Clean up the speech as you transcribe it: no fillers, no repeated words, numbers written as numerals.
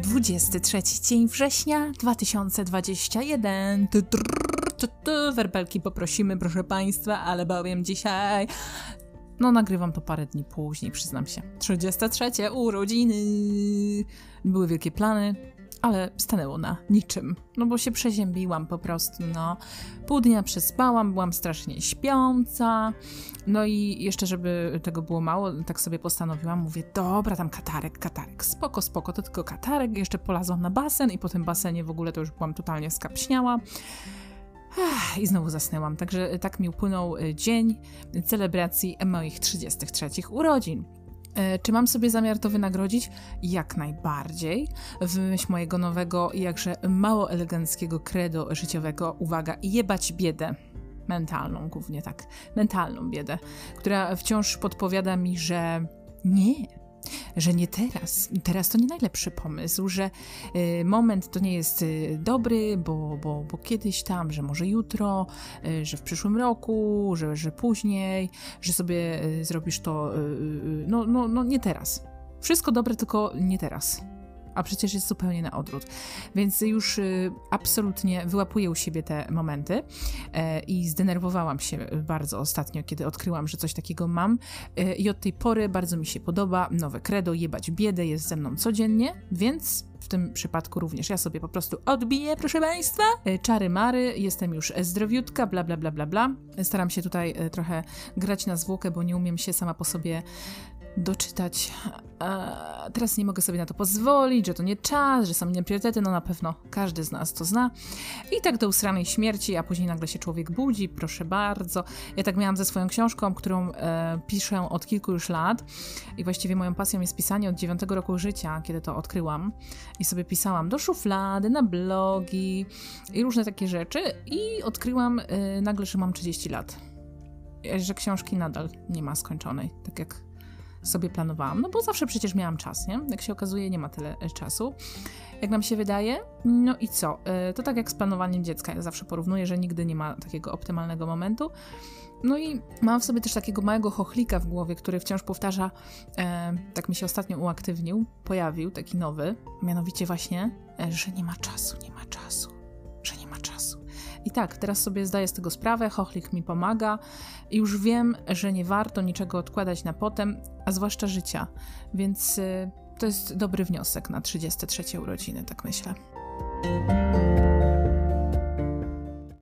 23 dzień września 2021. Werbelki poprosimy, proszę Państwa, ale bowiem dzisiaj... nagrywam to parę dni później, przyznam się. 33 urodziny. Były wielkie plany, ale stanęło na niczym. Bo się przeziębiłam po prostu, Pół dnia przespałam, byłam strasznie śpiąca. I jeszcze, żeby tego było mało, tak sobie postanowiłam, mówię, dobra, tam katarek, spoko, to tylko katarek. Jeszcze polazłam na basen i po tym basenie w ogóle to już byłam totalnie skapśniała. I znowu zasnęłam. Także tak mi upłynął dzień celebracji moich 33 urodzin. Czy mam sobie zamiar to wynagrodzić? Jak najbardziej. W myśl mojego nowego i jakże mało eleganckiego credo życiowego, uwaga, jebać biedę. Mentalną głównie, tak. Mentalną biedę, która wciąż podpowiada mi, że nie teraz. Teraz to nie najlepszy pomysł, że moment to nie jest dobry, bo kiedyś tam, że może jutro, że w przyszłym roku, że później, że sobie zrobisz to, nie teraz. Wszystko dobre, tylko nie teraz. A przecież jest zupełnie na odwrót. Więc już absolutnie wyłapuję u siebie te momenty i zdenerwowałam się bardzo ostatnio, kiedy odkryłam, że coś takiego mam i od tej pory bardzo mi się podoba nowe credo, jebać biedę, jest ze mną codziennie, więc w tym przypadku również ja sobie po prostu odbiję, proszę Państwa. Czary mary, jestem już zdrowiutka, bla, bla, bla, bla, bla. Staram się tutaj trochę grać na zwłokę, bo nie umiem się sama po sobie doczytać. Teraz nie mogę sobie na to pozwolić, że to nie czas, że są inne priorytety, na pewno każdy z nas to zna. I tak do usranej śmierci, a później nagle się człowiek budzi, proszę bardzo. Ja tak miałam ze swoją książką, którą piszę od kilku już lat i właściwie moją pasją jest pisanie od 9 roku życia, kiedy to odkryłam i sobie pisałam do szuflady, na blogi i różne takie rzeczy i odkryłam nagle, że mam 30 lat. Że książki nadal nie ma skończonej, tak jak sobie planowałam, bo zawsze przecież miałam czas, nie? Jak się okazuje, nie ma tyle czasu, jak nam się wydaje. I co? To tak jak z planowaniem dziecka. Ja zawsze porównuję, że nigdy nie ma takiego optymalnego momentu. I mam w sobie też takiego małego chochlika w głowie, który wciąż powtarza, tak mi się ostatnio pojawił taki nowy, mianowicie właśnie, że nie ma czasu. I tak, teraz sobie zdaję z tego sprawę, chochlik mi pomaga i już wiem, że nie warto niczego odkładać na potem, a zwłaszcza życia, więc to jest dobry wniosek na 33 urodziny, tak myślę.